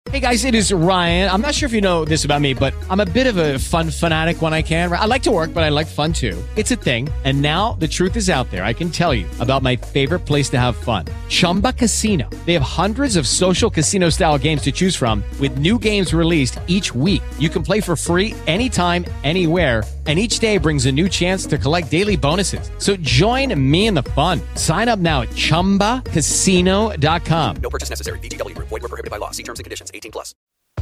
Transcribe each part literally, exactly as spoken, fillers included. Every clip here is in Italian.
Hey guys, it is Ryan. I'm not sure if you know this about me, but I'm a bit of a fun fanatic when I can. I like to work, but I like fun too. It's a thing. And now the truth is out there. I can tell you about my favorite place to have fun. Chumba Casino. They have hundreds of social casino style games to choose from with new games released each week. You can play for free anytime, anywhere. And each day brings a new chance to collect daily bonuses. So join me in the fun. Sign up now at chumba casino dot com. No purchase necessary. V G W. Void where prohibited by law. See terms and conditions. eighteen plus.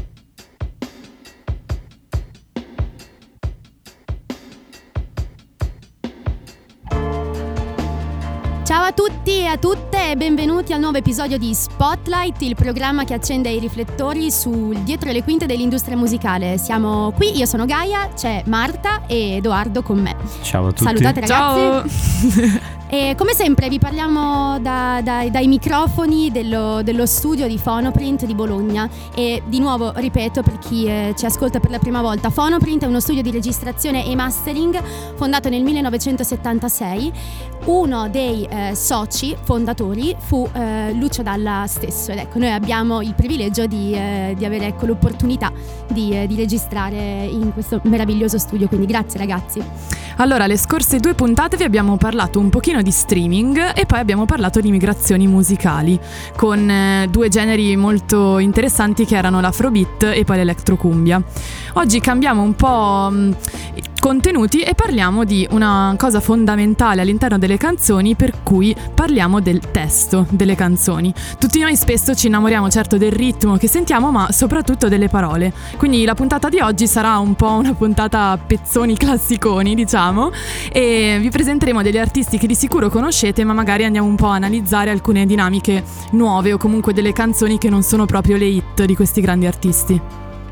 Ciao a tutti e a tutte e benvenuti al nuovo episodio di Spotlight, il programma che accende i riflettori sul dietro le quinte dell'industria musicale. Siamo qui, io sono Gaia, c'è Marta e Edoardo con me. Ciao a tutti. Salutate ragazzi. Ciao. E come sempre vi parliamo da, da, dai microfoni dello, dello studio di Phonoprint di Bologna. E di nuovo ripeto per chi eh, ci ascolta per la prima volta, Phonoprint è uno studio di registrazione e mastering fondato nel millenovecentosettantasei. Uno dei eh, soci fondatori fu eh, Lucio Dalla stesso, ed ecco, noi abbiamo il privilegio di, eh, di avere ecco, l'opportunità di, eh, di registrare in questo meraviglioso studio, quindi grazie ragazzi. Allora, le scorse due puntate vi abbiamo parlato un pochino di streaming e poi abbiamo parlato di migrazioni musicali con eh, due generi molto interessanti che erano l'afrobeat e poi l'electrocumbia. Oggi cambiamo un po' mh, contenuti e parliamo di una cosa fondamentale all'interno delle canzoni, per cui parliamo del testo delle canzoni. Tutti noi spesso ci innamoriamo certo del ritmo che sentiamo, ma soprattutto delle parole. Quindi la puntata di oggi sarà un po' una puntata a pezzoni classiconi, diciamo, e vi presenteremo degli artisti che di sicuro conoscete, ma magari andiamo un po' a analizzare alcune dinamiche nuove o comunque delle canzoni che non sono proprio le hit di questi grandi artisti.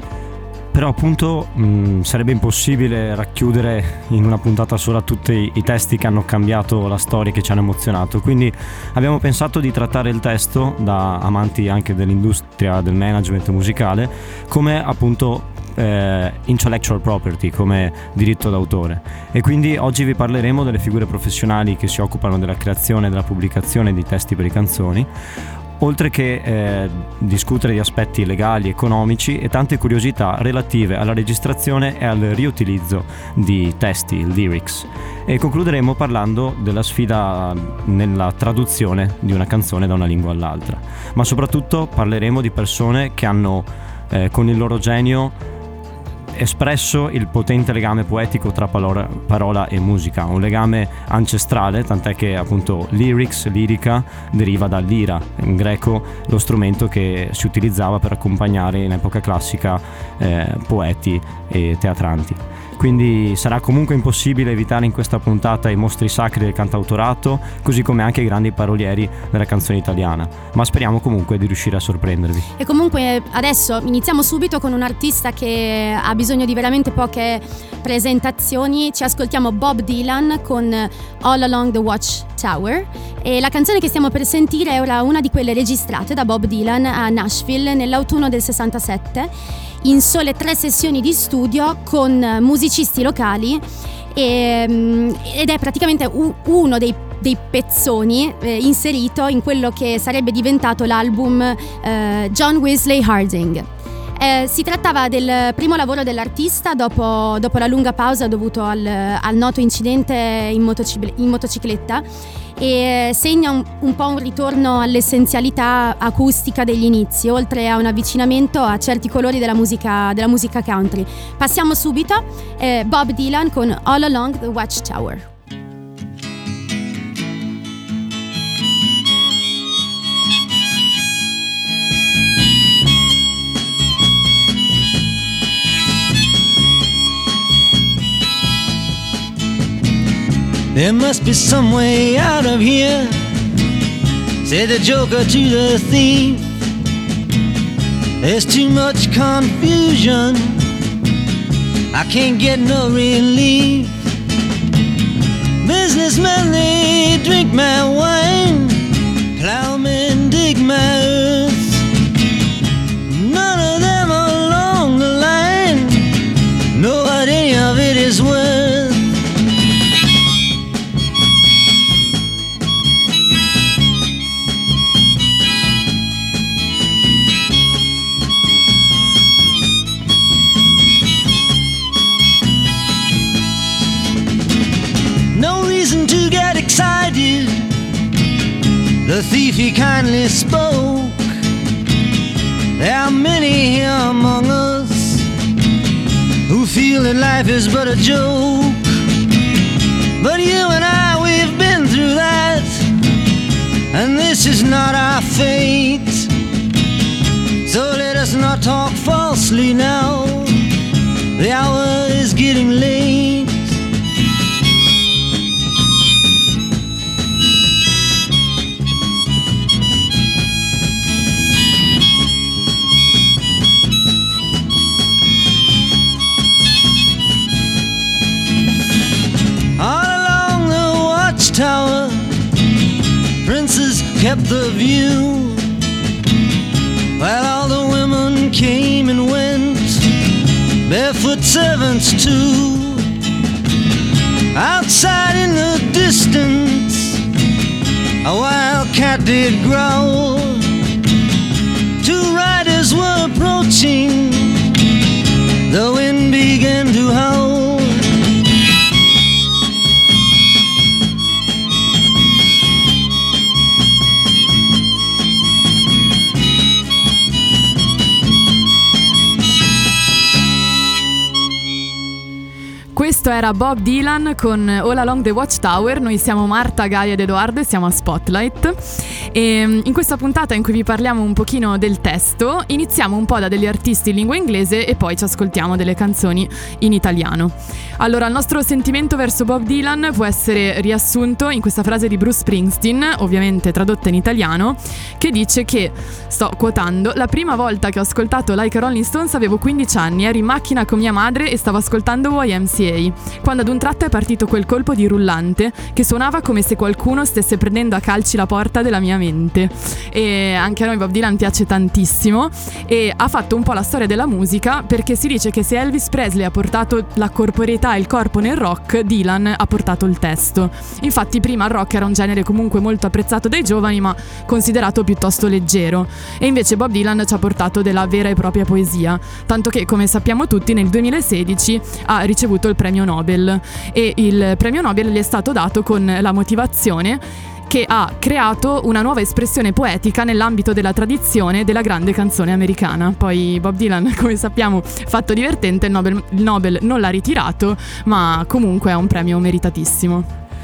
Però appunto mh, sarebbe impossibile racchiudere in una puntata sola tutti i, i testi che hanno cambiato la storia, che ci hanno emozionato. Quindi abbiamo pensato di trattare il testo, da amanti anche dell'industria del management musicale, come appunto eh, intellectual property, come diritto d'autore. E quindi oggi vi parleremo delle figure professionali che si occupano della creazione e della pubblicazione di testi per le canzoni, oltre che eh, discutere di aspetti legali, economici e tante curiosità relative alla registrazione e al riutilizzo di testi, lyrics. E concluderemo parlando della sfida nella traduzione di una canzone da una lingua all'altra. Ma soprattutto parleremo di persone che hanno eh, con il loro genio espresso il potente legame poetico tra parola, parola e musica, un legame ancestrale, tant'è che appunto lyrics, lirica, deriva da lira, in greco lo strumento che si utilizzava per accompagnare in epoca classica eh, poeti e teatranti. Quindi sarà comunque impossibile evitare in questa puntata i mostri sacri del cantautorato, così come anche i grandi parolieri della canzone italiana, ma speriamo comunque di riuscire a sorprendervi. E comunque adesso iniziamo subito con un artista che ha bisogno di veramente poche presentazioni. Ci ascoltiamo Bob Dylan con All Along the Watchtower, e la canzone che stiamo per sentire è una di quelle registrate da Bob Dylan a Nashville nell'autunno del sessantasette, in sole tre sessioni di studio con musicisti locali, e, ed è praticamente u, uno dei, dei pezzoni eh, inserito in quello che sarebbe diventato l'album eh, John Wesley Harding. Eh, si trattava del primo lavoro dell'artista dopo, dopo la lunga pausa dovuto al, al noto incidente in, motocic- in motocicletta, e segna un, un po' un ritorno all'essenzialità acustica degli inizi, oltre a un avvicinamento a certi colori della musica, della musica country. Passiamo subito eh, Bob Dylan con All Along the Watchtower. There must be some way out of here, said the joker to the thief. There's too much confusion, I can't get no relief. Businessmen, they drink my wine, plowmen dig my earth. None of them along the line know what any of it is worth. the thief he kindly spoke. There are many here among us who feel that life is but a joke. But you and I, we've been through that, and this is not our fate. So let us not talk falsely now, the hour is getting late. Tower, princes kept the view, while all the women came and went, barefoot servants too. Outside in the distance, a wild cat did growl. Two riders were approaching, the wind began to howl. Questo era Bob Dylan con All Along the Watchtower. Noi siamo Marta, Gaia ed Edoardo e siamo a Spotlight. E in questa puntata in cui vi parliamo un pochino del testo, iniziamo un po' da degli artisti in lingua inglese e poi ci ascoltiamo delle canzoni in italiano. Allora, il nostro sentimento verso Bob Dylan può essere riassunto in questa frase di Bruce Springsteen, ovviamente tradotta in italiano, che dice che, sto quotando, la prima volta che ho ascoltato Like a Rolling Stones avevo quindici anni, ero in macchina con mia madre e stavo ascoltando Y M C A, quando ad un tratto è partito quel colpo di rullante che suonava come se qualcuno stesse prendendo a calci la porta della mia mente. E anche a noi Bob Dylan piace tantissimo e ha fatto un po' la storia della musica, perché si dice che se Elvis Presley ha portato la corporeità e il corpo nel rock, Dylan ha portato il testo. Infatti prima il rock era un genere comunque molto apprezzato dai giovani ma considerato piuttosto leggero, e invece Bob Dylan ci ha portato della vera e propria poesia, tanto che, come sappiamo tutti, nel duemilasedici ha ricevuto il premio Nobel, e il premio Nobel gli è stato dato con la motivazione che ha creato una nuova espressione poetica nell'ambito della tradizione della grande canzone americana. Poi Bob Dylan, come sappiamo, fatto divertente, il Nobel, il Nobel non l'ha ritirato, ma comunque è un premio meritatissimo.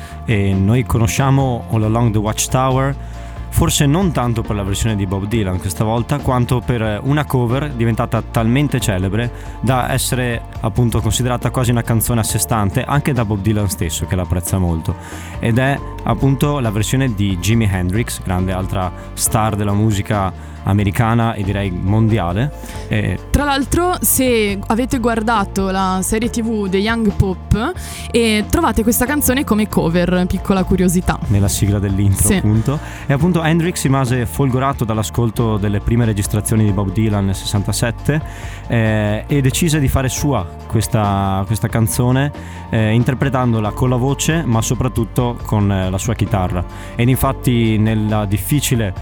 E noi conosciamo All Along the Watchtower forse non tanto per la versione di Bob Dylan questa volta, quanto per una cover diventata talmente celebre da essere appunto considerata quasi una canzone a sé stante anche da Bob Dylan stesso, che l'apprezza molto, ed è appunto la versione di Jimi Hendrix, grande altra star della musica americana e direi mondiale. E tra l'altro, se avete guardato la serie tv The Young Pop, e trovate questa canzone come cover, piccola curiosità, nella sigla dell'intro, sì. appunto e appunto Hendrix rimase folgorato dall'ascolto delle prime registrazioni di Bob Dylan nel sessantasette eh, e decise di fare sua questa, questa canzone, eh, interpretandola con la voce ma soprattutto con eh, la sua chitarra. Ed infatti nella difficile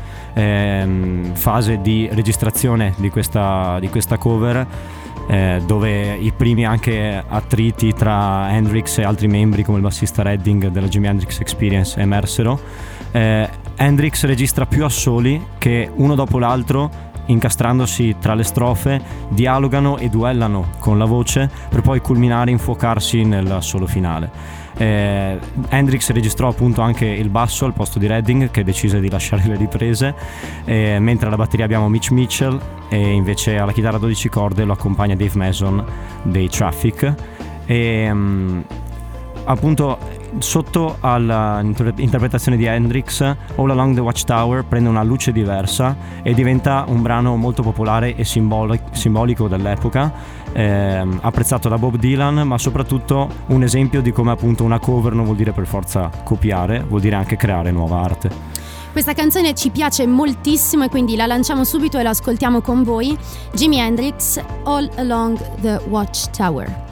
eh, fase di registrazione di questa, di questa cover, Eh, dove i primi anche attriti tra Hendrix e altri membri come il bassista Redding della Jimi Hendrix Experience emersero, eh, Hendrix registra più assoli che uno dopo l'altro, incastrandosi tra le strofe, dialogano e duellano con la voce per poi culminare e infuocarsi nel assolo finale. Eh, Hendrix registrò appunto anche il basso al posto di Redding, che decise di lasciare le riprese, eh, mentre alla batteria abbiamo Mitch Mitchell e invece alla chitarra a dodici corde lo accompagna Dave Mason dei Traffic. E um, appunto sotto all'interpretazione di Hendrix, All Along the Watchtower prende una luce diversa e diventa un brano molto popolare e simboli- simbolico dell'epoca, eh, apprezzato da Bob Dylan, ma soprattutto un esempio di come appunto una cover non vuol dire per forza copiare, vuol dire anche creare nuova arte. Questa canzone ci piace moltissimo e quindi la lanciamo subito e la ascoltiamo con voi. Jimi Hendrix, All Along the Watchtower.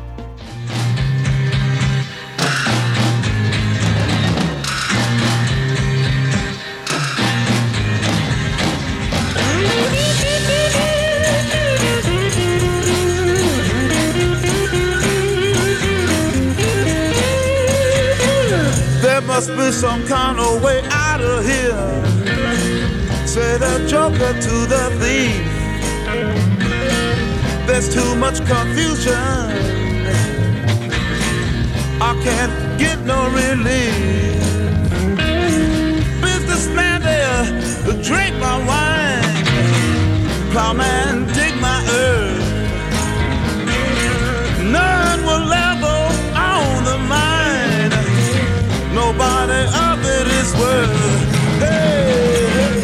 There must be some kind of way out of here. Say the joker to the thief. There's too much confusion, I can't get no relief. Businessman there, drink my wine. Plowman, dig my earth. None will ever own the mine. Nobody of it is worth. Hey, hey.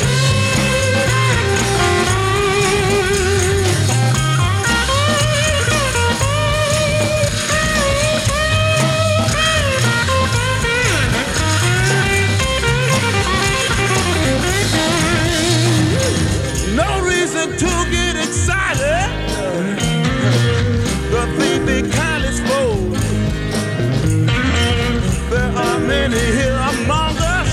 No reason to get excited. The thief be kindly spoke. There are many here among us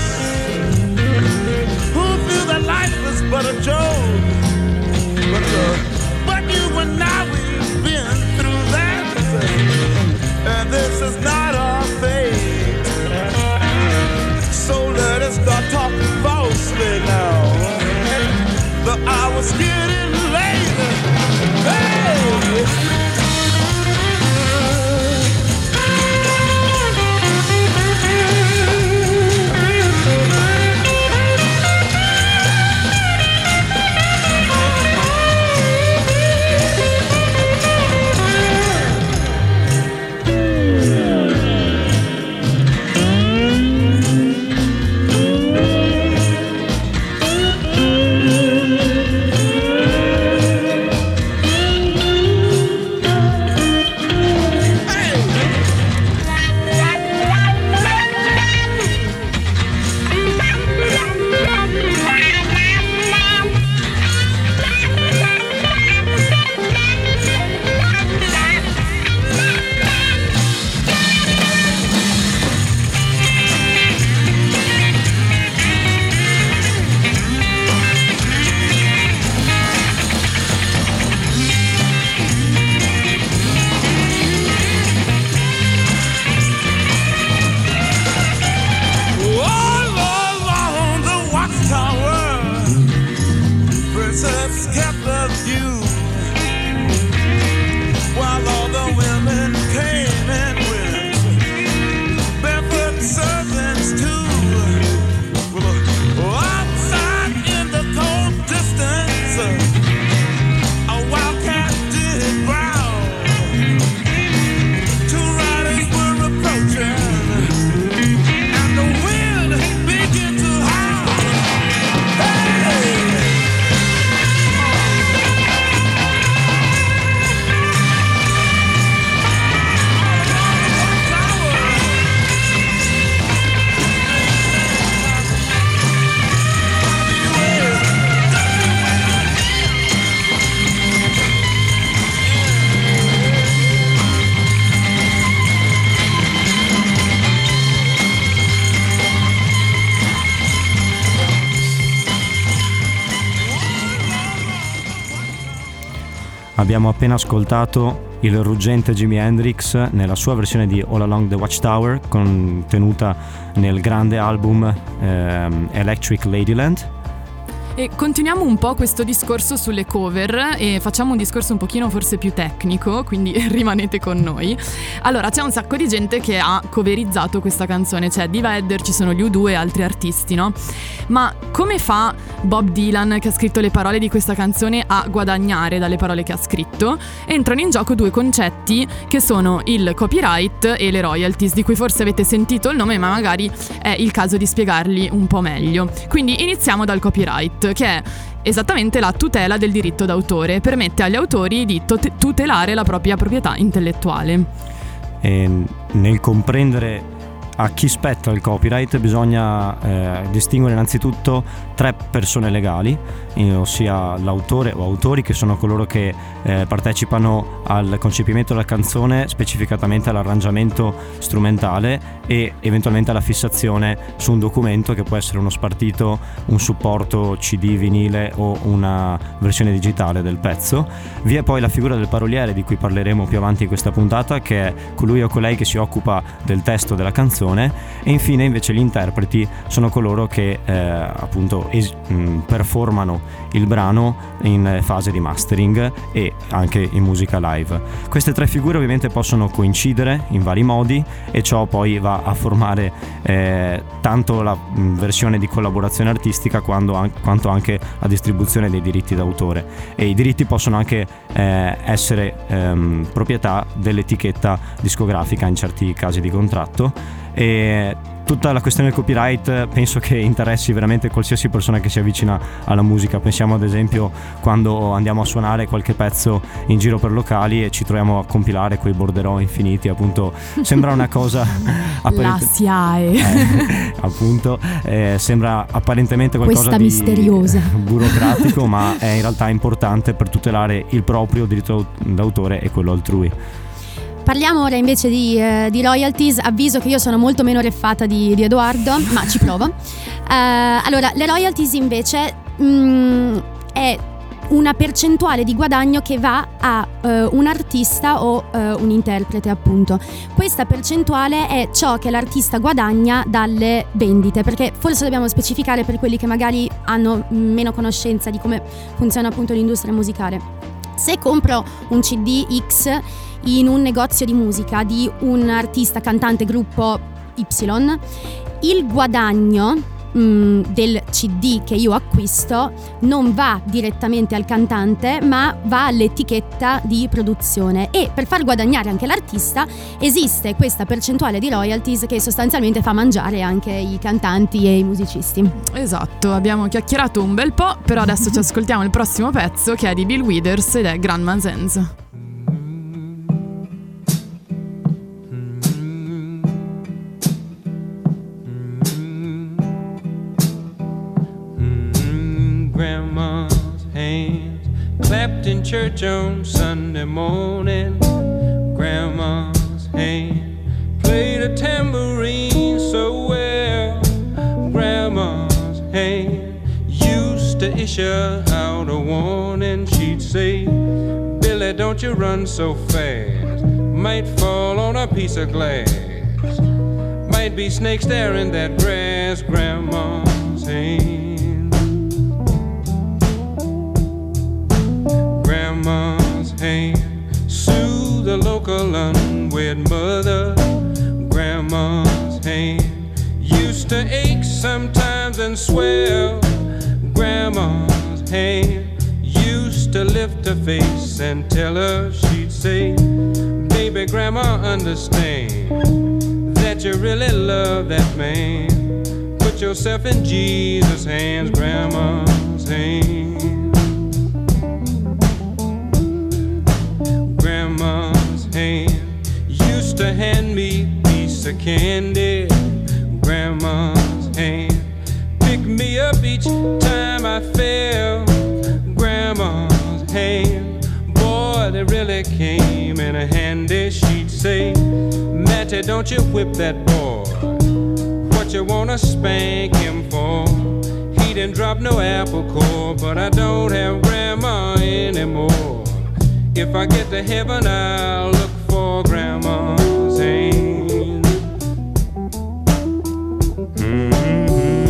who feel that life is but a joke. But, uh, but you and I, we've been through that, and this is not our fate. So let us start talking falsely now. The hour's getting late. Hey! Abbiamo appena ascoltato il ruggente Jimi Hendrix nella sua versione di All Along the Watchtower, contenuta nel grande album ehm, Electric Ladyland. E continuiamo un po' questo discorso sulle cover e facciamo un discorso un pochino forse più tecnico, quindi rimanete con noi. Allora, c'è un sacco di gente che ha coverizzato questa canzone, c'è Diva Edder, ci sono gli U due e altri artisti, no? Ma come fa Bob Dylan, che ha scritto le parole di questa canzone, a guadagnare dalle parole che ha scritto? Entrano in gioco due concetti che sono il copyright e le royalties, di cui forse avete sentito il nome, ma magari è il caso di spiegarli un po' meglio. Quindi iniziamo dal copyright, che è esattamente la tutela del diritto d'autore, permette agli autori di tutelare la propria proprietà intellettuale. E nel comprendere a chi spetta il copyright bisogna eh, distinguere innanzitutto tre persone legali, eh, ossia l'autore o autori, che sono coloro che eh, partecipano al concepimento della canzone, specificatamente all'arrangiamento strumentale e eventualmente alla fissazione su un documento che può essere uno spartito, un supporto C D, vinile o una versione digitale del pezzo. Vi è poi la figura del paroliere, di cui parleremo più avanti in questa puntata, che è colui o colei che si occupa del testo della canzone canzone. E infine invece gli interpreti sono coloro che eh, appunto es- mh, performano il brano in fase di mastering e anche in musica live. Queste tre figure ovviamente possono coincidere in vari modi e ciò poi va a formare eh, tanto la mh, versione di collaborazione artistica quando an- quanto anche la distribuzione dei diritti d'autore, e i diritti possono anche eh, essere ehm, proprietà dell'etichetta discografica in certi casi di contratto. E tutta la questione del copyright penso che interessi veramente qualsiasi persona che si avvicina alla musica. Pensiamo ad esempio quando andiamo a suonare qualche pezzo in giro per locali e ci troviamo a compilare quei borderò infiniti, appunto sembra una cosa la S I A E eh, appunto eh, sembra apparentemente qualcosa questa di misteriosa burocratico, ma è in realtà importante per tutelare il proprio diritto d'autore e quello altrui. Parliamo ora invece di, eh, di royalties. Avviso che io sono molto meno reffata di, di Edoardo, ma ci provo. Uh, allora, le royalties invece mh, è una percentuale di guadagno che va a uh, un artista o uh, un interprete, appunto. Questa percentuale è ciò che l'artista guadagna dalle vendite, perché forse dobbiamo specificare per quelli che magari hanno meno conoscenza di come funziona appunto l'industria musicale. Se compro un C D X in un negozio di musica di un artista, cantante, gruppo Y, il guadagno mh, del C D che io acquisto non va direttamente al cantante, ma va all'etichetta di produzione, e per far guadagnare anche l'artista esiste questa percentuale di royalties che sostanzialmente fa mangiare anche i cantanti e i musicisti. Esatto, abbiamo chiacchierato un bel po', però adesso ci ascoltiamo il prossimo pezzo, che è di Bill Withers ed è Grandma's Hands. Grandma's hands clapped in church on Sunday morning. Grandma's hand played a tambourine so well. Grandma's hand used to issue out a warning. She'd say, Billy, don't you run so fast, might fall on a piece of glass, might be snakes there in that grass. Grandma's hand, Grandma's hand soothe the local unwed mother. Grandma's hand used to ache sometimes and swell. Grandma's hand used to lift her face and tell her, she'd say, baby, Grandma, understand that you really love that man. Put yourself in Jesus' hands. Grandma's hand, Grandma's hand used to hand me a piece of candy. Grandma's hand picked me up each time I fell. Grandma's hand, boy, they really came in handy. She'd say, Matty, don't you whip that boy, what you wanna spank him for? He didn't drop no apple core, but I don't have Grandma anymore. If I get to heaven, I'll look for Grandma's hand. Mm-hmm.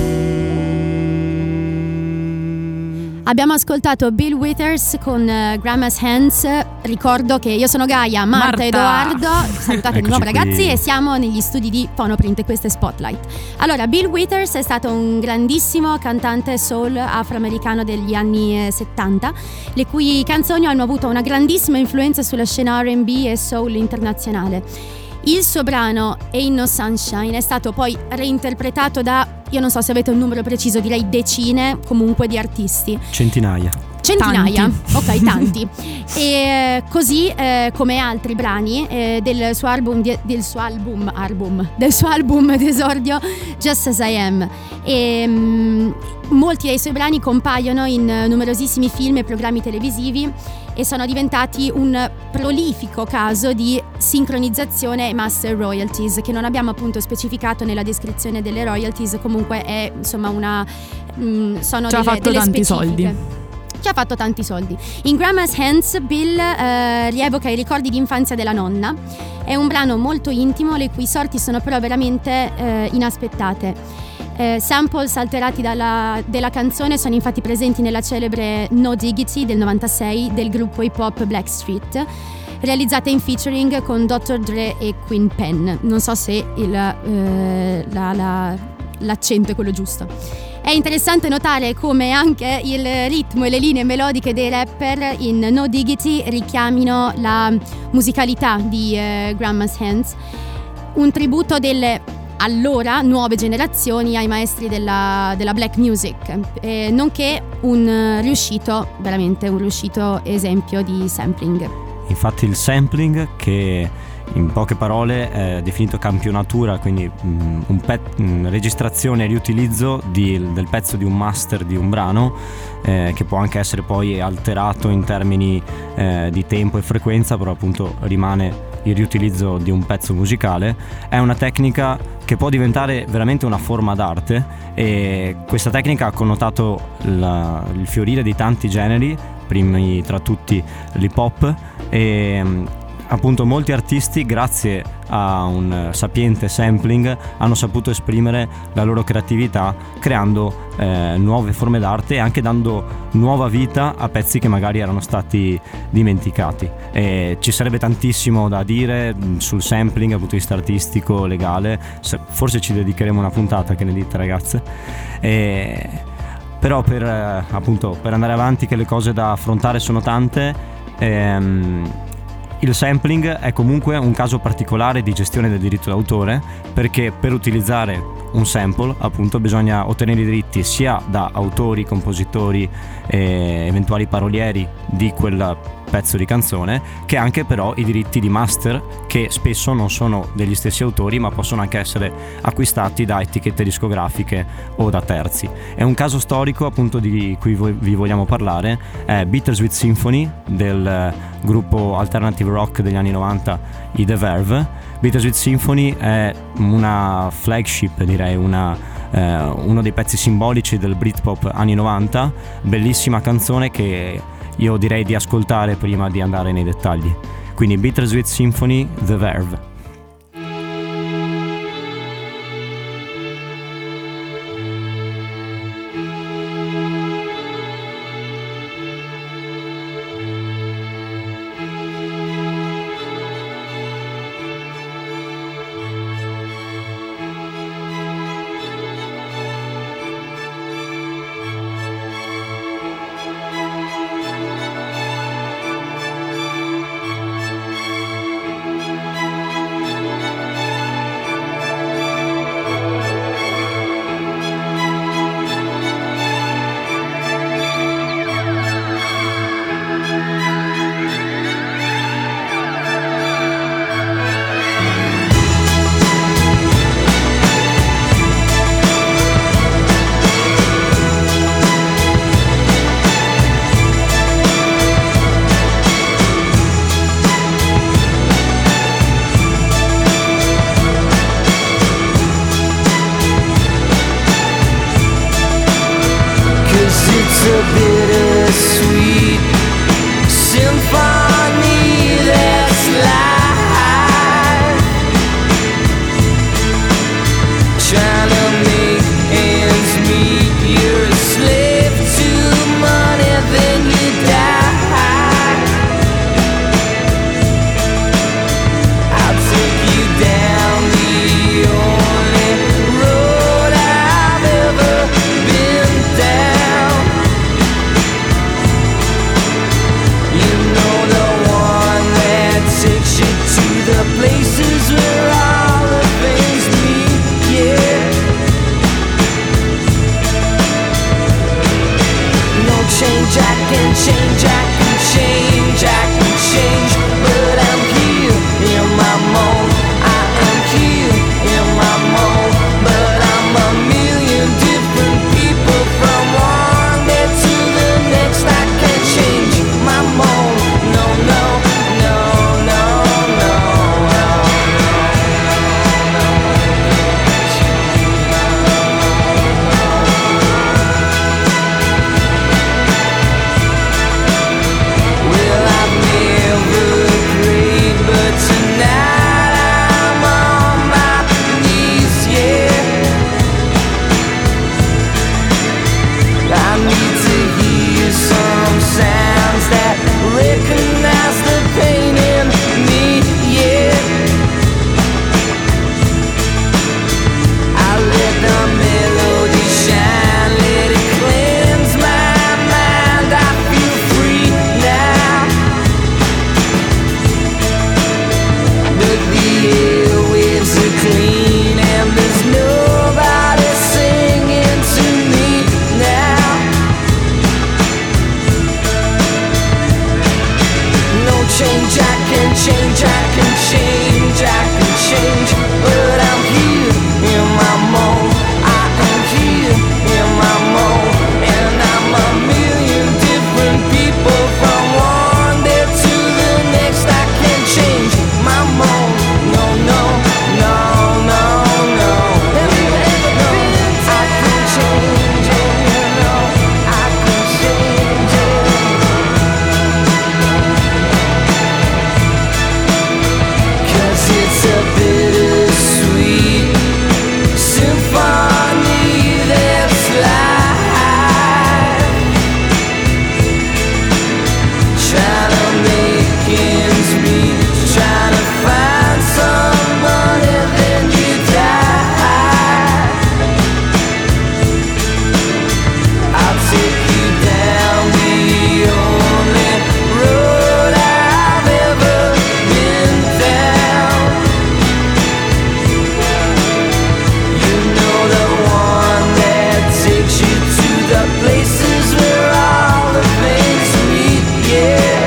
Abbiamo ascoltato Bill Withers con uh, Grandma's Hands. Ricordo che io sono Gaia, Marta, Marta. e Edoardo. Salutate di nuovo, Eccoci ragazzi, qui. e siamo negli studi di Phonoprint e questo è Spotlight. Allora, Bill Withers è stato un grandissimo cantante soul afroamericano degli anni eh, settanta, le cui canzoni hanno avuto una grandissima influenza sulla scena R and B e soul internazionale. Il suo brano Ain't No Sunshine è stato poi reinterpretato da, io non so se avete un numero preciso, direi decine comunque di artisti. Centinaia. Centinaia, Tanti. ok, tanti. E così eh, come altri brani eh, del suo album, di- del suo album, album, del suo album d'esordio Just As I Am. E mm, molti dei suoi brani compaiono in numerosissimi film e programmi televisivi e sono diventati un prolifico caso di sincronizzazione e master royalties, che non abbiamo appunto specificato nella descrizione delle royalties. Comunque è insomma una mm, sono Ci ha delle, fatto delle tanti specifiche. soldi. che ha fatto tanti soldi. In Grandma's Hands Bill eh, rievoca i ricordi di infanzia della nonna. È un brano molto intimo, le cui sorti sono però veramente eh, inaspettate. Eh, samples alterati dalla, della canzone sono infatti presenti nella celebre No Diggity del novantasei del gruppo hip hop Blackstreet, realizzata in featuring con dottor Dre e Queen Penn. Non so se il, eh, la, la, l'accento è quello giusto. È interessante notare come anche il ritmo e le linee melodiche dei rapper in No Diggity richiamino la musicalità di eh, Grandma's Hands, un tributo delle allora nuove generazioni ai maestri della, della black music, eh, nonché un riuscito, veramente un riuscito esempio di sampling. Infatti il sampling, che in poche parole è definito campionatura, quindi mh, un pet, mh, registrazione e riutilizzo di, del pezzo di un master di un brano, eh, che può anche essere poi alterato in termini eh, di tempo e frequenza, però appunto rimane il riutilizzo di un pezzo musicale. È una tecnica che può diventare veramente una forma d'arte, e questa tecnica ha connotato la, il fiorire di tanti generi, primi tra tutti l'hip hop, e appunto molti artisti, grazie a un sapiente sampling, hanno saputo esprimere la loro creatività creando eh, nuove forme d'arte e anche dando nuova vita a pezzi che magari erano stati dimenticati. E ci sarebbe tantissimo da dire sul sampling dal punto di vista artistico, legale, forse ci dedicheremo una puntata, che ne dite ragazze? E però per eh, appunto per andare avanti, che le cose da affrontare sono tante, ehm, il sampling è comunque un caso particolare di gestione del diritto d'autore, perché per utilizzare un sample appunto bisogna ottenere i diritti sia da autori, compositori e eventuali parolieri di quel pezzo di canzone, che anche però i diritti di master, che spesso non sono degli stessi autori ma possono anche essere acquistati da etichette discografiche o da terzi. È un caso storico appunto di cui vi vogliamo parlare, è Bittersweet Symphony del gruppo alternative rock degli anni novanta, i The Verve. Bittersweet Symphony è una flagship, direi, una, eh, uno dei pezzi simbolici del Britpop anni novanta, bellissima canzone che io direi di ascoltare prima di andare nei dettagli. Quindi Bittersweet Symphony, The Verve. change, I can change, I can change, I can change. But I'm here in my mode, I am here in my mode. And I'm a million different people from one day to the next. I can change my mode, no, no, no, no, no. No, I can change it, you know, I can change it. Cause it's a bittersweet symphony that's life, trying to make ends meet, trying to find someone and then you die. I'll take you down the only road I've ever been down. You know, the one that takes you to the places where all the things meet, yeah.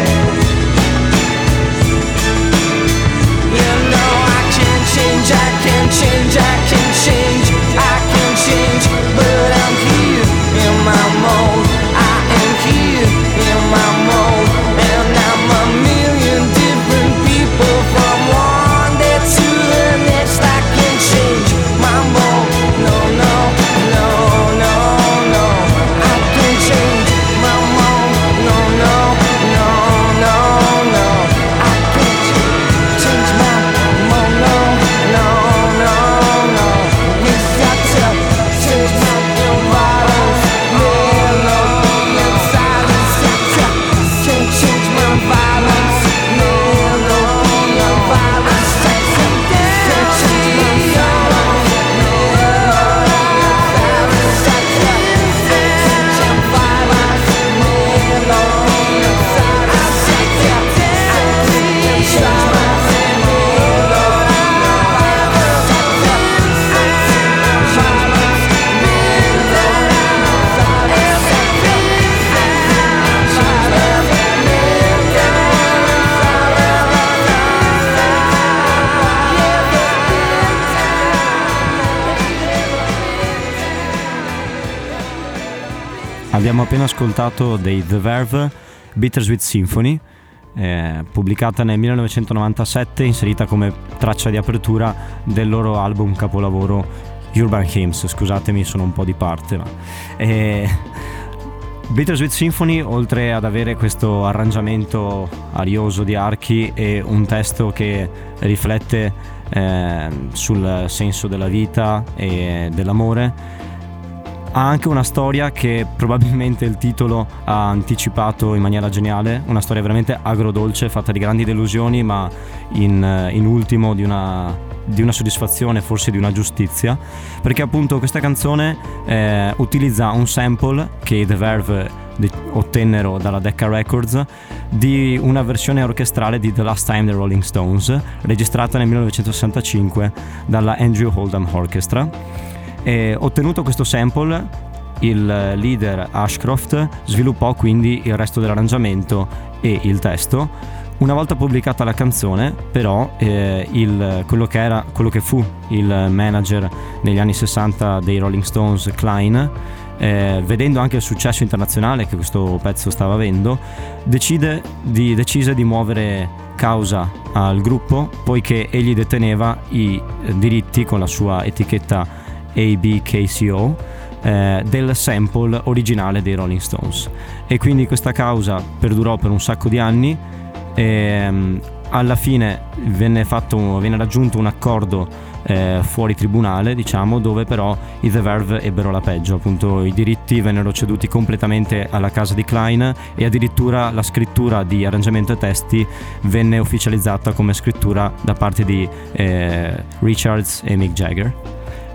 You know I can change, I can change, I can change, I can change. But I'm here in my mode, I am here in my mode. And I'm a million different people from one day to the next. I can change my mode, no, no, no, no, no. I can change my mode, no, no, no, no, no. I can change my mode, no, no, no, no. We've got to change my violence, melody and silence. Can't change my violence, melody and violence. Can't change my violence, Abbiamo appena ascoltato dei The Verve Bittersweet Symphony, eh, pubblicata nel millenovecentonovantasette, inserita come traccia di apertura del loro album capolavoro Urban Hymns. Scusatemi, sono un po' di parte, ma eh, Bittersweet Symphony, oltre ad avere questo arrangiamento arioso di archi e un testo che riflette eh, sul senso della vita e dell'amore, ha anche una storia che probabilmente il titolo ha anticipato in maniera geniale, una storia veramente agrodolce, fatta di grandi delusioni, ma in, in ultimo di una, di una soddisfazione, forse di una giustizia, perché appunto questa canzone eh, utilizza un sample che i The Verve de- ottennero dalla Decca Records di una versione orchestrale di The Last Time the Rolling Stones, registrata nel millenovecentosessantacinque dalla Andrew Oldham Orchestra. E ottenuto questo sample, il leader Ashcroft sviluppò quindi il resto dell'arrangiamento e il testo. Una volta pubblicata la canzone, però, eh, il, quello che era, quello che fu il manager negli anni sessanta dei Rolling Stones, Klein, eh, vedendo anche il successo internazionale che questo pezzo stava avendo, decide di, decise di muovere causa al gruppo, poiché egli deteneva i diritti con la sua etichetta A B K C O eh, del sample originale dei Rolling Stones, e quindi questa causa perdurò per un sacco di anni. E, um, alla fine venne fatto venne raggiunto un accordo eh, fuori tribunale, diciamo, dove però i The Verve ebbero la peggio. Appunto, i diritti vennero ceduti completamente alla casa di Klein e addirittura la scrittura di arrangiamento e testi venne ufficializzata come scrittura da parte di eh, Richards e Mick Jagger.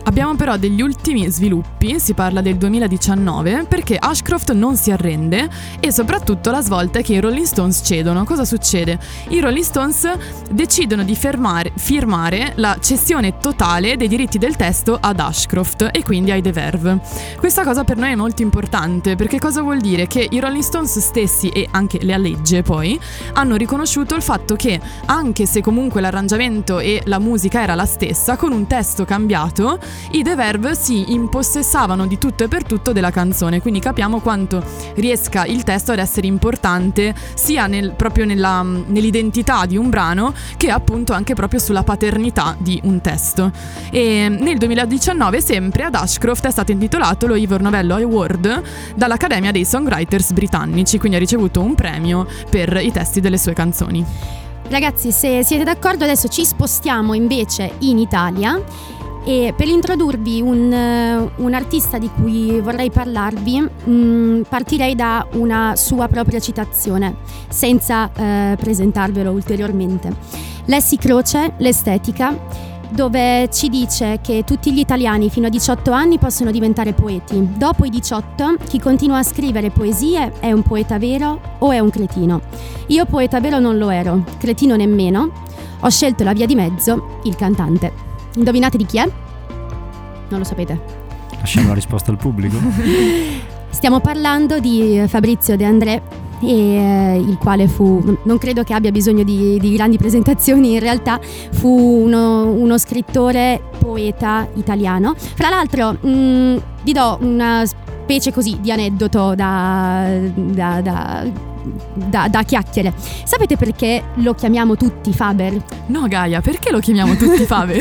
Abbiamo però degli ultimi sviluppi, si parla del duemiladiciannove, perché Ashcroft non si arrende e soprattutto la svolta è che i Rolling Stones cedono. Cosa succede? I Rolling Stones decidono di fermare, firmare la cessione totale dei diritti del testo ad Ashcroft e quindi ai The Verve. Questa cosa per noi è molto importante, perché cosa vuol dire? Che i Rolling Stones stessi e anche la legge poi hanno riconosciuto il fatto che anche se comunque l'arrangiamento e la musica era la stessa, con un testo cambiato i The Verve si impossessavano di tutto e per tutto della canzone, quindi capiamo quanto riesca il testo ad essere importante sia nel, proprio nella, nell'identità di un brano che appunto anche proprio sulla paternità di un testo. E nel duemiladiciannove sempre ad Ashcroft è stato intitolato lo Ivor Novello Award dall'Accademia dei Songwriters britannici, quindi ha ricevuto un premio per i testi delle sue canzoni. Ragazzi, se siete d'accordo adesso ci spostiamo invece in Italia e per introdurvi un, un artista di cui vorrei parlarvi mh, partirei da una sua propria citazione senza eh, presentarvelo ulteriormente. Lessi Croce, L'estetica, dove ci dice che tutti gli italiani fino a diciotto anni possono diventare poeti. Dopo i diciotto, chi continua a scrivere poesie è un poeta vero o è un cretino. Io poeta vero non lo ero, cretino nemmeno. Ho scelto la via di mezzo, il cantante. Indovinate di chi è? Non lo sapete. Lasciamo la risposta al pubblico. Stiamo parlando di Fabrizio De André, e, eh, il quale fu, non credo che abbia bisogno di, di grandi presentazioni, in realtà fu uno, uno scrittore poeta italiano. Fra l'altro mh, vi do una specie così di aneddoto da, da, da Da, da chiacchiere. Sapete perché lo chiamiamo tutti Faber? No Gaia, perché lo chiamiamo tutti Faber?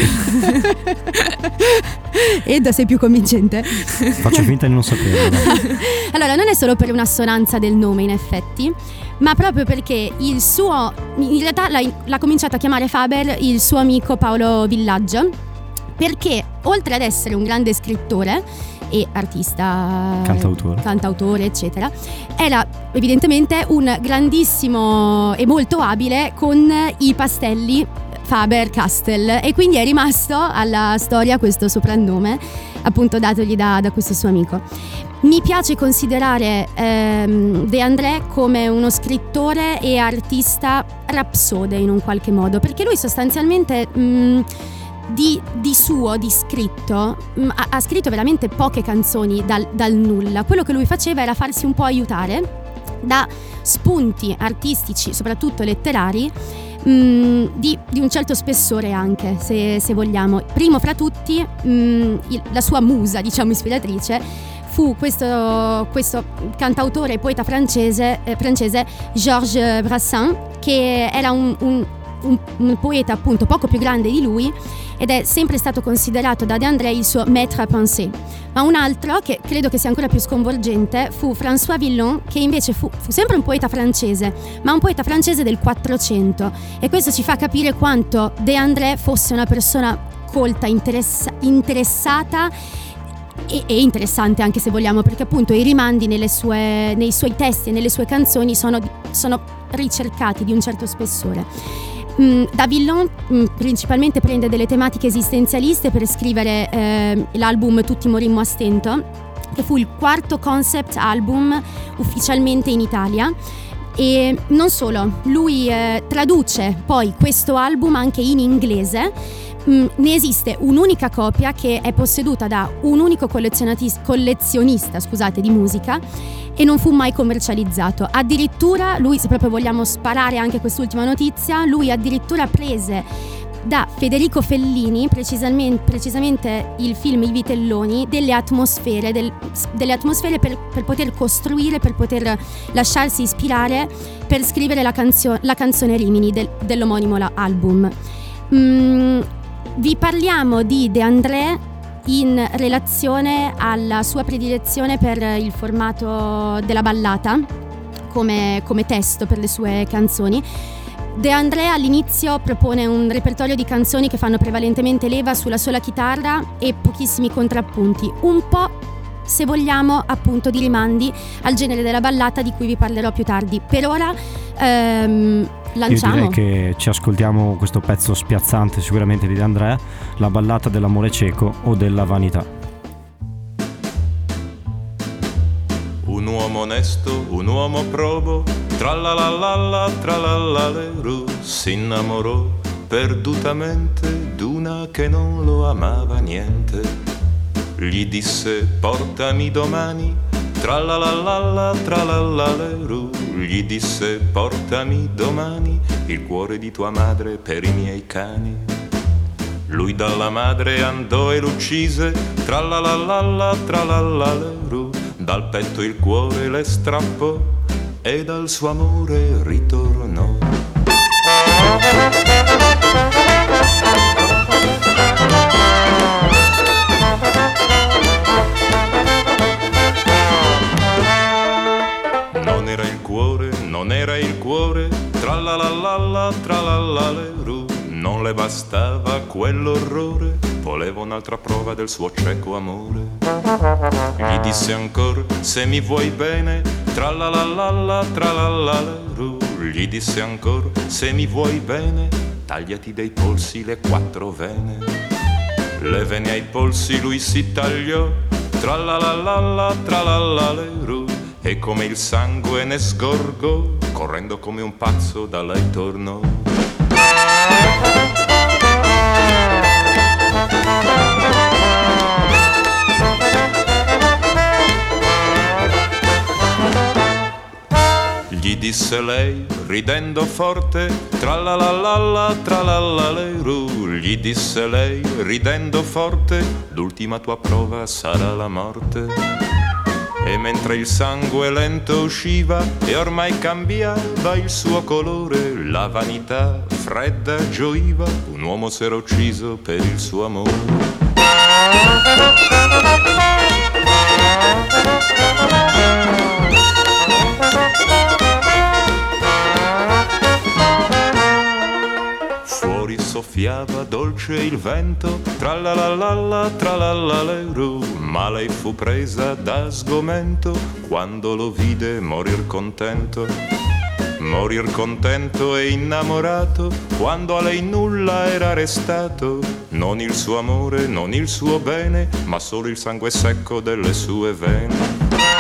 Ed sei più convincente? Faccio finta di non saperlo. Allora, non è solo per un'assonanza del nome in effetti, ma proprio perché il suo, in realtà l'ha, l'ha cominciato a chiamare Faber il suo amico Paolo Villaggio, perché oltre ad essere un grande scrittore e artista, cantautore. cantautore eccetera, era evidentemente un grandissimo e molto abile con i pastelli Faber-Castell, e quindi è rimasto alla storia questo soprannome appunto datogli da, da questo suo amico. Mi piace considerare ehm, De André come uno scrittore e artista rapsode in un qualche modo, perché lui sostanzialmente mh, Di, di suo, di scritto, mh, ha, ha scritto veramente poche canzoni dal, dal nulla. Quello che lui faceva era farsi un po' aiutare da spunti artistici, soprattutto letterari, mh, di, di un certo spessore anche, se, se vogliamo. Primo fra tutti, mh, il, la sua musa, diciamo ispiratrice, fu questo, questo cantautore e poeta francese, eh, francese Georges Brassens, che era un, un Un, un poeta appunto poco più grande di lui ed è sempre stato considerato da De André il suo maître à penser. Ma un altro, che credo che sia ancora più sconvolgente, fu François Villon, che invece fu, fu sempre un poeta francese, ma un poeta francese del Quattrocento, e questo ci fa capire quanto De André fosse una persona colta, interessa- interessata e, e interessante anche, se vogliamo, perché appunto i rimandi nelle sue, nei suoi testi e nelle sue canzoni sono, sono ricercati di un certo spessore. Mm, da Villon mm, principalmente prende delle tematiche esistenzialiste per scrivere eh, l'album Tutti morimmo a stento, che fu il quarto concept album ufficialmente in Italia. E non solo, lui eh, traduce poi questo album anche in inglese. Mm, ne esiste un'unica copia che è posseduta da un unico collezionista scusate, di musica, e non fu mai commercializzato. Addirittura lui, se proprio vogliamo sparare anche quest'ultima notizia, lui addirittura prese da Federico Fellini, precisamente, precisamente il film I Vitelloni, delle atmosfere, del, delle atmosfere per, per poter costruire, per poter lasciarsi ispirare, per scrivere la, canzio- la canzone Rimini del, dell'omonimo album. Mm, vi parliamo di De André in relazione alla sua predilezione per il formato della ballata come, come testo per le sue canzoni. De André all'inizio propone un repertorio di canzoni che fanno prevalentemente leva sulla sola chitarra e pochissimi contrappunti, un po', se vogliamo, appunto di rimandi al genere della ballata di cui vi parlerò più tardi. Per ora ehm, lanciamo. Io direi che ci ascoltiamo questo pezzo spiazzante sicuramente di De André, La ballata dell'amore cieco o della vanità. Un uomo onesto, un uomo probo, tralalala, tralalaleru, si innamorò perdutamente d'una che non lo amava niente. Gli disse portami domani, tralalala, tralalaleru, gli disse portami domani il cuore di tua madre per i miei cani. Lui dalla madre andò e l'uccise, tralalala, tralalaleru, dal petto il cuore le strappò e dal suo amore ritornò. Non era il cuore, non era il cuore, tralalala, tralalaleru, non le bastava quell'orrore, voleva un'altra prova del suo cieco amore. Gli disse ancora, se mi vuoi bene, tralalala, tralalaleru, gli disse ancora, se mi vuoi bene, tagliati dei polsi le quattro vene. Le vene ai polsi lui si tagliò, tralalala, tralalaleru, e come il sangue ne sgorgò, correndo come un pazzo da lei tornò. Gli disse lei, ridendo forte, tralalala, tralalaleru, gli disse lei, ridendo forte, l'ultima tua prova sarà la morte. E mentre il sangue lento usciva e ormai cambiava il suo colore, la vanità fredda gioiva, un uomo s'era ucciso per il suo amore. Fuori soffiava dolce il vento, tralalala, tralalaleru, ma lei fu presa da sgomento quando lo vide morir contento. Morir contento e innamorato quando a lei nulla era restato, non il suo amore, non il suo bene, ma solo il sangue secco delle sue vene.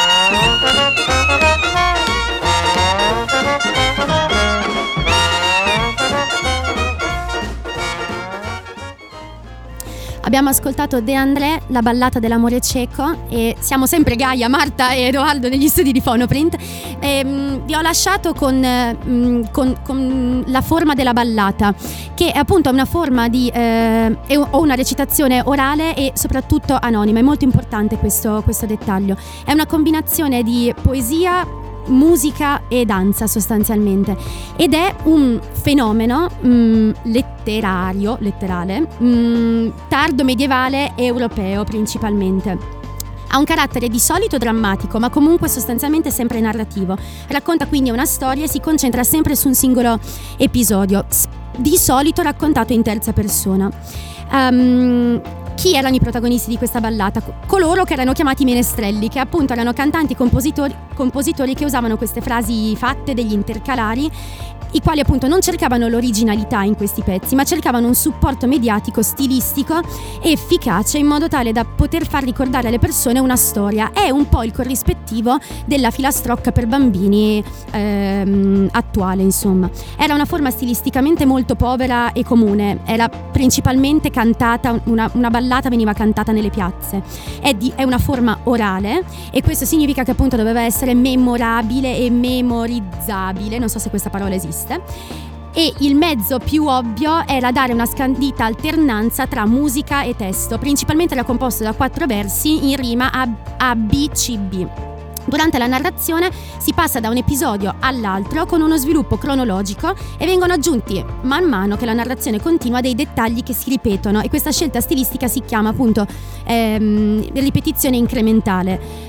Abbiamo ascoltato De André, la ballata dell'amore cieco, e siamo sempre Gaia, Marta e Edoardo negli studi di Phonoprint. E, mh, vi ho lasciato con, mh, con, con la forma della ballata, che è appunto una forma di eh, o una recitazione orale e soprattutto anonima. È molto importante questo, questo dettaglio. È una combinazione di poesia, musica e danza sostanzialmente, ed è un fenomeno mh, letterario, letterale, mh, tardo medievale europeo principalmente. Ha un carattere di solito drammatico, ma comunque sostanzialmente sempre narrativo. Racconta quindi una storia e si concentra sempre su un singolo episodio, di solito raccontato in terza persona. Um, Chi erano i protagonisti di questa ballata? Coloro che erano chiamati menestrelli, che appunto erano cantanti compositori, compositori che usavano queste frasi fatte, degli intercalari, i quali appunto non cercavano l'originalità in questi pezzi, ma cercavano un supporto mediatico, stilistico e efficace, in modo tale da poter far ricordare alle persone una storia. È un po' il corrispettivo della filastrocca per bambini ehm, attuale, insomma. Era una forma stilisticamente molto povera e comune, era principalmente cantata, una, una ballata veniva cantata nelle piazze. È, di, è una forma orale, e questo significa che appunto doveva essere memorabile e memorizzabile, non so se questa parola esiste. E il mezzo più ovvio era dare una scandita alternanza tra musica e testo. Principalmente era composto da quattro versi in rima A, A B C B. Durante la narrazione si passa da un episodio all'altro con uno sviluppo cronologico e vengono aggiunti man mano che la narrazione continua dei dettagli che si ripetono, e questa scelta stilistica si chiama appunto ehm, ripetizione incrementale,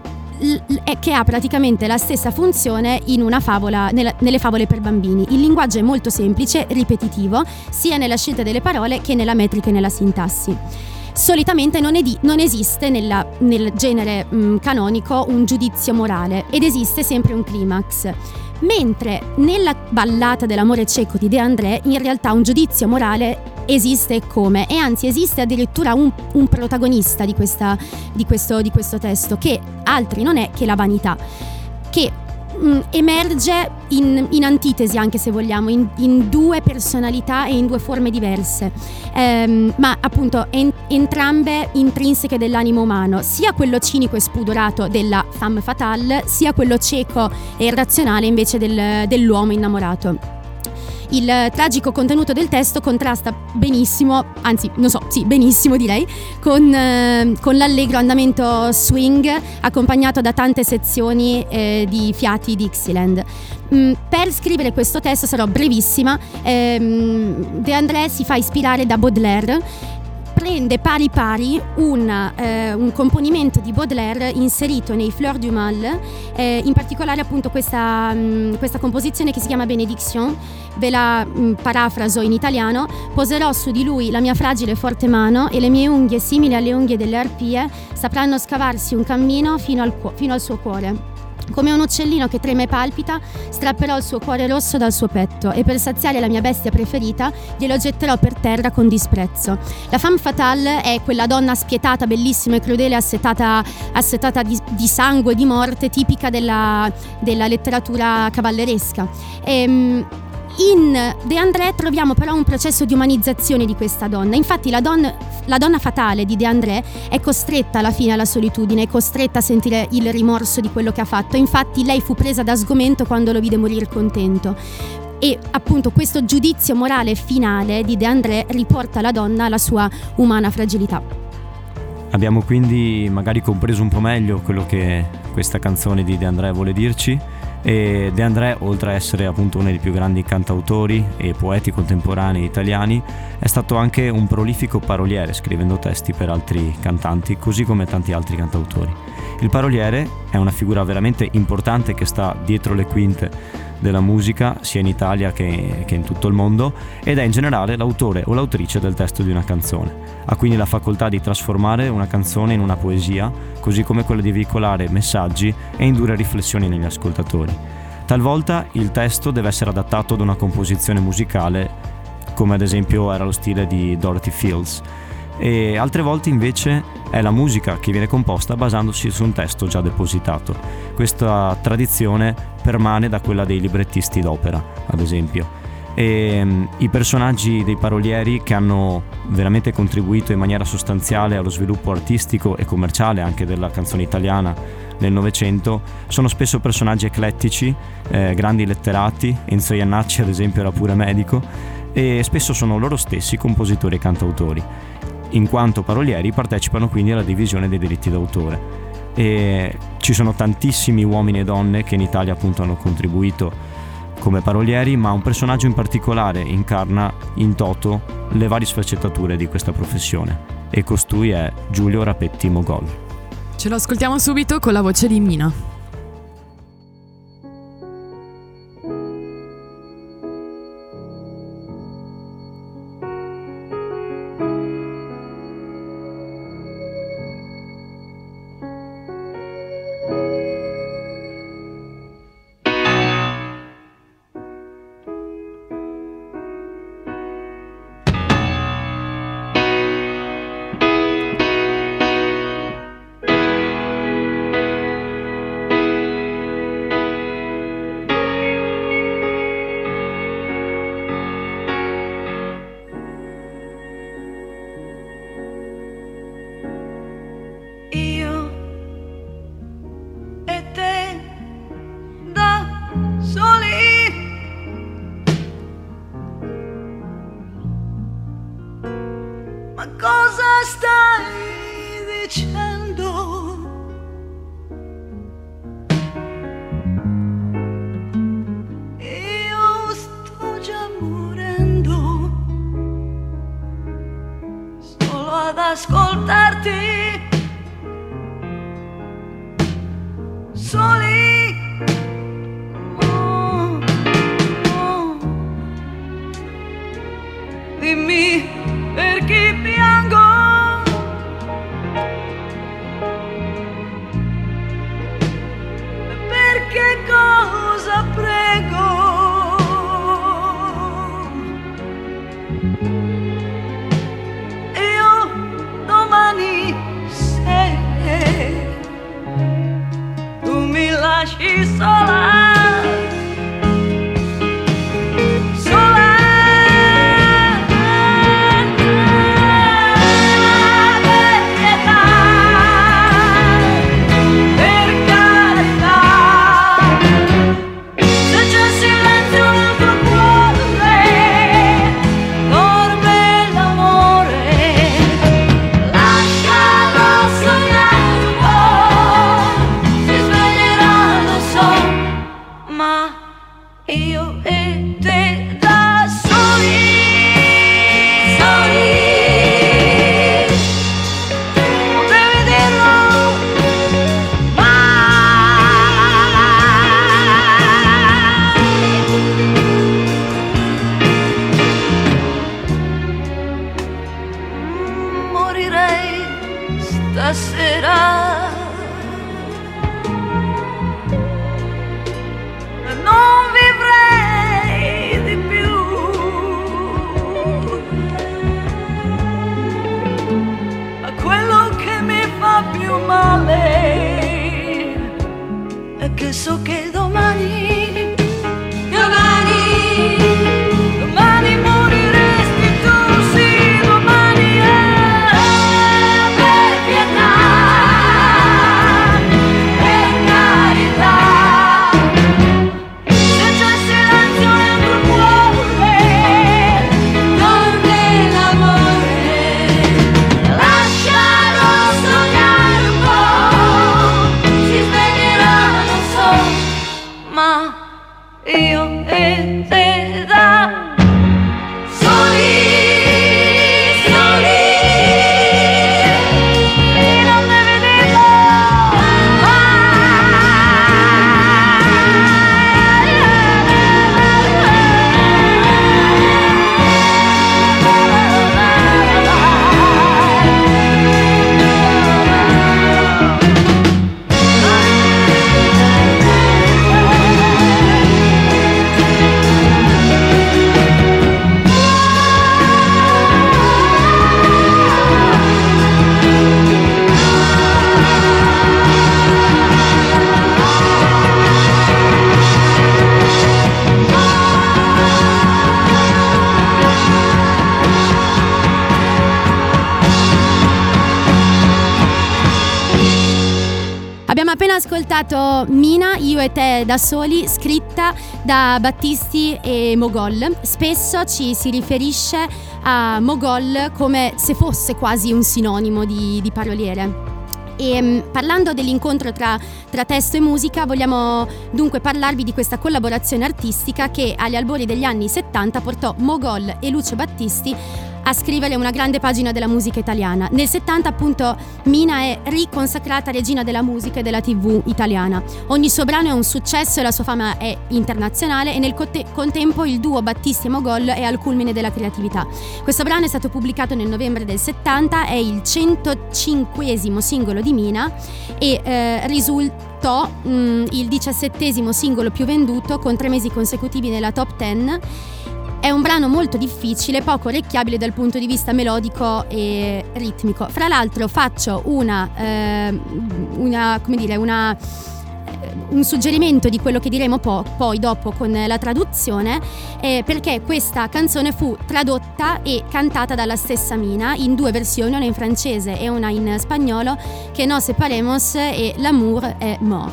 che ha praticamente la stessa funzione in una favola, nella, nelle favole per bambini. Il linguaggio è molto semplice, ripetitivo, sia nella scelta delle parole che nella metrica e nella sintassi. Solitamente non, edi- non esiste nella, nel genere mh, canonico un giudizio morale, ed esiste sempre un climax. Mentre nella ballata dell'amore cieco di De André in realtà un giudizio morale esiste come, e anzi esiste addirittura un, un protagonista di, questa, di, questo, di questo testo, che altri non è che la vanità, che mh, emerge in, in antitesi, anche se vogliamo, in, in due personalità e in due forme diverse, ehm, ma appunto en, entrambe intrinseche dell'animo umano, sia quello cinico e spudorato della femme fatale, sia quello cieco e irrazionale invece del, dell'uomo innamorato. Il tragico contenuto del testo contrasta benissimo, anzi non so, sì benissimo direi, con, eh, con l'allegro andamento swing accompagnato da tante sezioni eh, di fiati Dixieland. Mm, per scrivere questo testo sarò brevissima. ehm, De André si fa ispirare da Baudelaire, prende pari pari un, eh, un componimento di Baudelaire inserito nei Fleurs du Mal, eh, in particolare appunto questa, mh, questa composizione che si chiama Benediction. Ve la mh, parafraso in italiano: poserò su di lui la mia fragile e forte mano e le mie unghie simili alle unghie delle arpie sapranno scavarsi un cammino fino al, cu- fino al suo cuore. Come un uccellino che trema e palpita, strapperò il suo cuore rosso dal suo petto e per saziare la mia bestia preferita glielo getterò per terra con disprezzo. La femme fatale è quella donna spietata, bellissima e crudele, assetata, assetata di, di sangue e di morte, tipica della, della letteratura cavalleresca. E, in De André troviamo però un processo di umanizzazione di questa donna. Infatti la donna, la donna fatale di De André è costretta alla fine alla solitudine, è costretta a sentire il rimorso di quello che ha fatto. Infatti lei fu presa da sgomento quando lo vide morire contento. E appunto questo giudizio morale finale di De André riporta la donna alla sua umana fragilità. Abbiamo quindi magari compreso un po' meglio quello che questa canzone di De André vuole dirci. E De André, oltre a essere appunto uno dei più grandi cantautori e poeti contemporanei italiani, è stato anche un prolifico paroliere, scrivendo testi per altri cantanti, così come tanti altri cantautori. Il paroliere è una figura veramente importante che sta dietro le quinte della musica, sia in Italia che, che in tutto il mondo, ed è in generale l'autore o l'autrice del testo di una canzone. Ha quindi la facoltà di trasformare una canzone in una poesia, così come quella di veicolare messaggi e indurre riflessioni negli ascoltatori. Talvolta il testo deve essere adattato ad una composizione musicale, come ad esempio era lo stile di Dorothy Fields, e altre volte invece è la musica che viene composta basandosi su un testo già depositato. Questa tradizione permane da quella dei librettisti d'opera, ad esempio. E um, i personaggi dei parolieri, che hanno veramente contribuito in maniera sostanziale allo sviluppo artistico e commerciale anche della canzone italiana nel Novecento, sono spesso personaggi eclettici, eh, grandi letterati. Enzo Jannacci ad esempio era pure medico, e spesso sono loro stessi compositori e cantautori. In quanto parolieri partecipano quindi alla divisione dei diritti d'autore, e ci sono tantissimi uomini e donne che in Italia appunto hanno contribuito come parolieri, ma un personaggio in particolare incarna in toto le varie sfaccettature di questa professione, e costui è Giulio Rapetti Mogol. Ce lo ascoltiamo subito con la voce di Mina. Ma cosa stai dicendo? Io sto già morendo solo ad ascoltarti, soli. Oh, oh. Dimmi perché piango, perché cosa prego. appena ascoltato Mina, Io e te da soli, scritta da Battisti e Mogol. Spesso ci si riferisce a Mogol come se fosse quasi un sinonimo di, di paroliere. E parlando dell'incontro tra, tra testo e musica, vogliamo dunque parlarvi di questa collaborazione artistica che agli albori degli anni settanta portò Mogol e Lucio Battisti a scrivere una grande pagina della musica italiana. Nel settanta appunto Mina è riconsacrata regina della musica e della tivù italiana. Ogni suo brano è un successo e la sua fama è internazionale, e nel conte- contempo il duo Battisti e Mogol è al culmine della creatività. Questo brano è stato pubblicato nel novembre del settanta, è il centocinquesimo singolo di Mina e eh, risultò mh, il diciassettesimo singolo più venduto con tre mesi consecutivi nella top dieci. È un brano molto difficile, poco orecchiabile dal punto di vista melodico e ritmico. Fra l'altro faccio una, eh, una come dire, una, un suggerimento di quello che diremo po- poi dopo con la traduzione, eh, perché questa canzone fu tradotta e cantata dalla stessa Mina in due versioni, una in francese e una in spagnolo, che No separemos e L'amour est mort.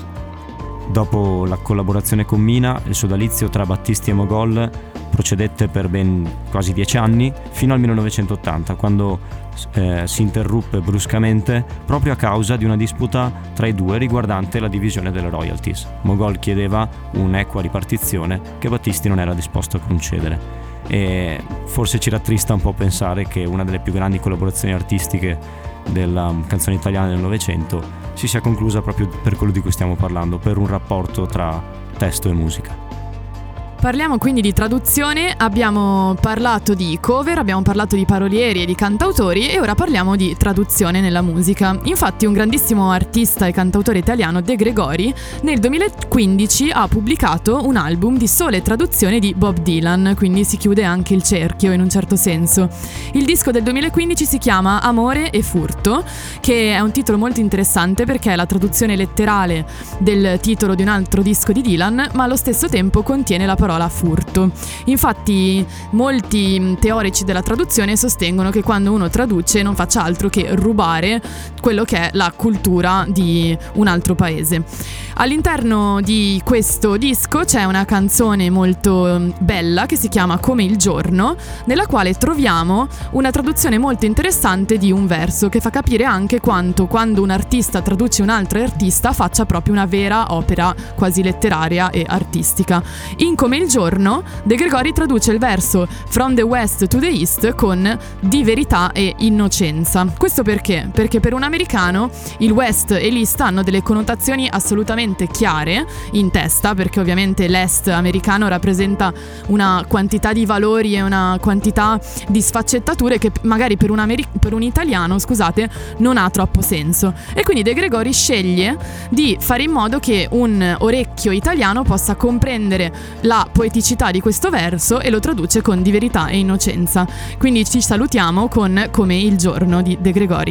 Dopo la collaborazione con Mina, il sodalizio tra Battisti e Mogol procedette per ben quasi dieci anni, fino al millenovecentottanta, quando eh, si interruppe bruscamente proprio a causa di una disputa tra i due riguardante la divisione delle royalties. Mogol chiedeva un'equa ripartizione che Battisti non era disposto a concedere, e forse ci rattrista un po' pensare che una delle più grandi collaborazioni artistiche della canzone italiana del Novecento si sia conclusa proprio per quello di cui stiamo parlando, per un rapporto tra testo e musica. Parliamo quindi di traduzione, abbiamo parlato di cover, abbiamo parlato di parolieri e di cantautori, e ora parliamo di traduzione nella musica. Infatti un grandissimo artista e cantautore italiano, De Gregori, nel duemilaquindici ha pubblicato un album di sole traduzioni di Bob Dylan, quindi si chiude anche il cerchio in un certo senso. Il disco del duemilaquindici si chiama Amore e furto, che è un titolo molto interessante perché è la traduzione letterale del titolo di un altro disco di Dylan, ma allo stesso tempo contiene la parola parola furto. Infatti molti teorici della traduzione sostengono che quando uno traduce non faccia altro che rubare quello che è la cultura di un altro paese. All'interno di questo disco c'è una canzone molto bella che si chiama Come il giorno, nella quale troviamo una traduzione molto interessante di un verso che fa capire anche quanto quando un artista traduce un altro artista faccia proprio una vera opera quasi letteraria e artistica. In Come il giorno De Gregori traduce il verso From the West to the East con di verità e innocenza. Questo perché? Perché per un americano il West e l'East hanno delle connotazioni assolutamente chiare in testa, perché ovviamente l'Est americano rappresenta una quantità di valori e una quantità di sfaccettature che magari per un, Ameri- per un italiano, scusate, non ha troppo senso. E quindi De Gregori sceglie di fare in modo che un orecchio italiano possa comprendere la poeticità di questo verso e lo traduce con di verità e innocenza. Quindi ci salutiamo con Come il giorno di De Gregori.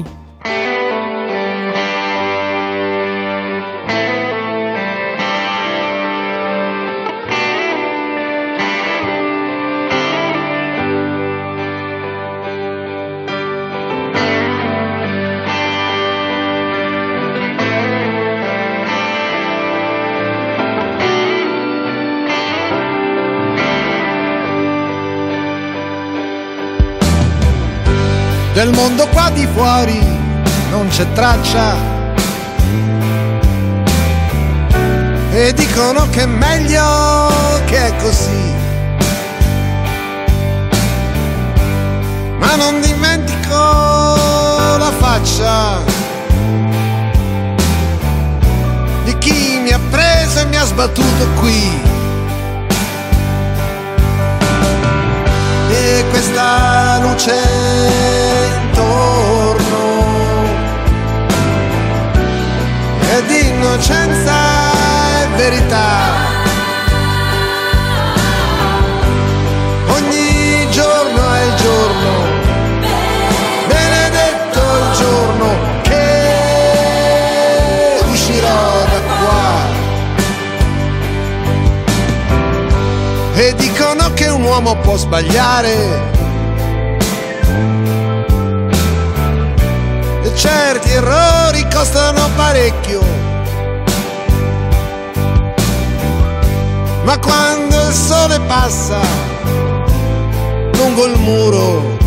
Del mondo qua di fuori non c'è traccia e dicono che è meglio che è così, ma non dimentico la faccia di chi mi ha preso e mi ha sbattuto qui. E questa luce intorno è di innocenza e verità. Ogni giorno è il giorno, benedetto il giorno che uscirò da qua. E dicono che un uomo può sbagliare e certi errori costano parecchio, Ma quando il sole passa lungo il muro,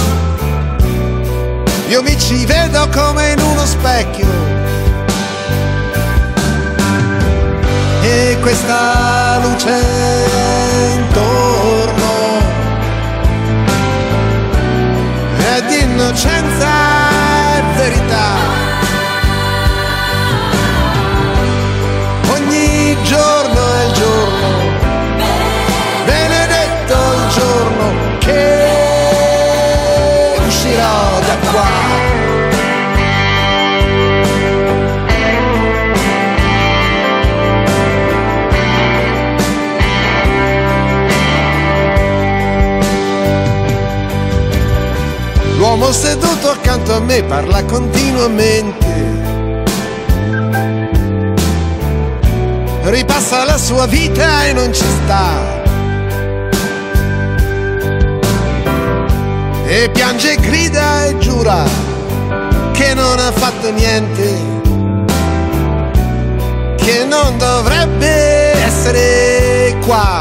io mi ci vedo come in uno specchio. E questa luce intorno è di innocenza e verità. Ogni giorno è il giorno, benedetto il giorno che uscirò da qua. L'uomo seduto accanto a me parla continuamente, ripassa la sua vita e non ci sta, e piange, grida e giura che non ha fatto niente, che non dovrebbe essere qua.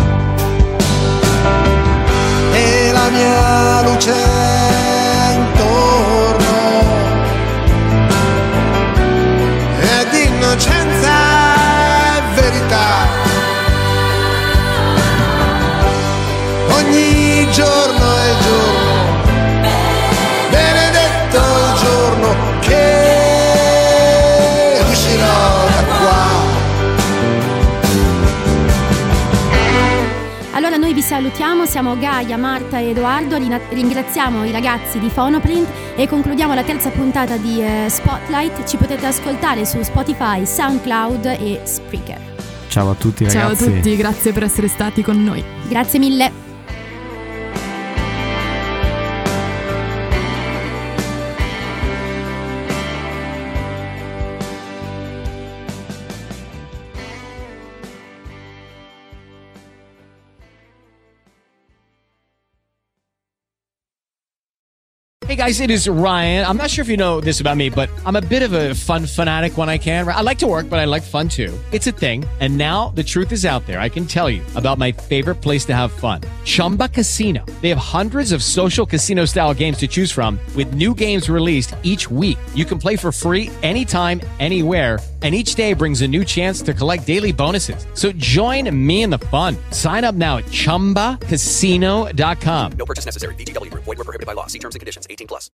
E la mia luce intorno è di innocenza e verità. Ogni giorno è il giorno, benedetto il giorno che uscirò da qua. Allora noi vi salutiamo, siamo Gaia, Marta e Edoardo, Rina- ringraziamo i ragazzi di Phonoprint e concludiamo la terza puntata di eh, Spotlight. Ci potete ascoltare su Spotify, SoundCloud e Spreaker. Ciao a tutti ragazzi. Ciao a tutti, grazie per essere stati con noi. Grazie mille. Hey guys, it is Ryan. I'm not sure if you know this about me, but I'm a bit of a fun fanatic when I can. I like to work, but I like fun too. It's a thing. And now the truth is out there. I can tell you about my favorite place to have fun. Chumba Casino. They have hundreds of social casino style games to choose from with new games released each week. You can play for free anytime, anywhere. And each day brings a new chance to collect daily bonuses. So join me in the fun. Sign up now at chumba casino dot com. No purchase necessary. V G W Group. Void where prohibited by law. See terms and conditions. eighteen plus.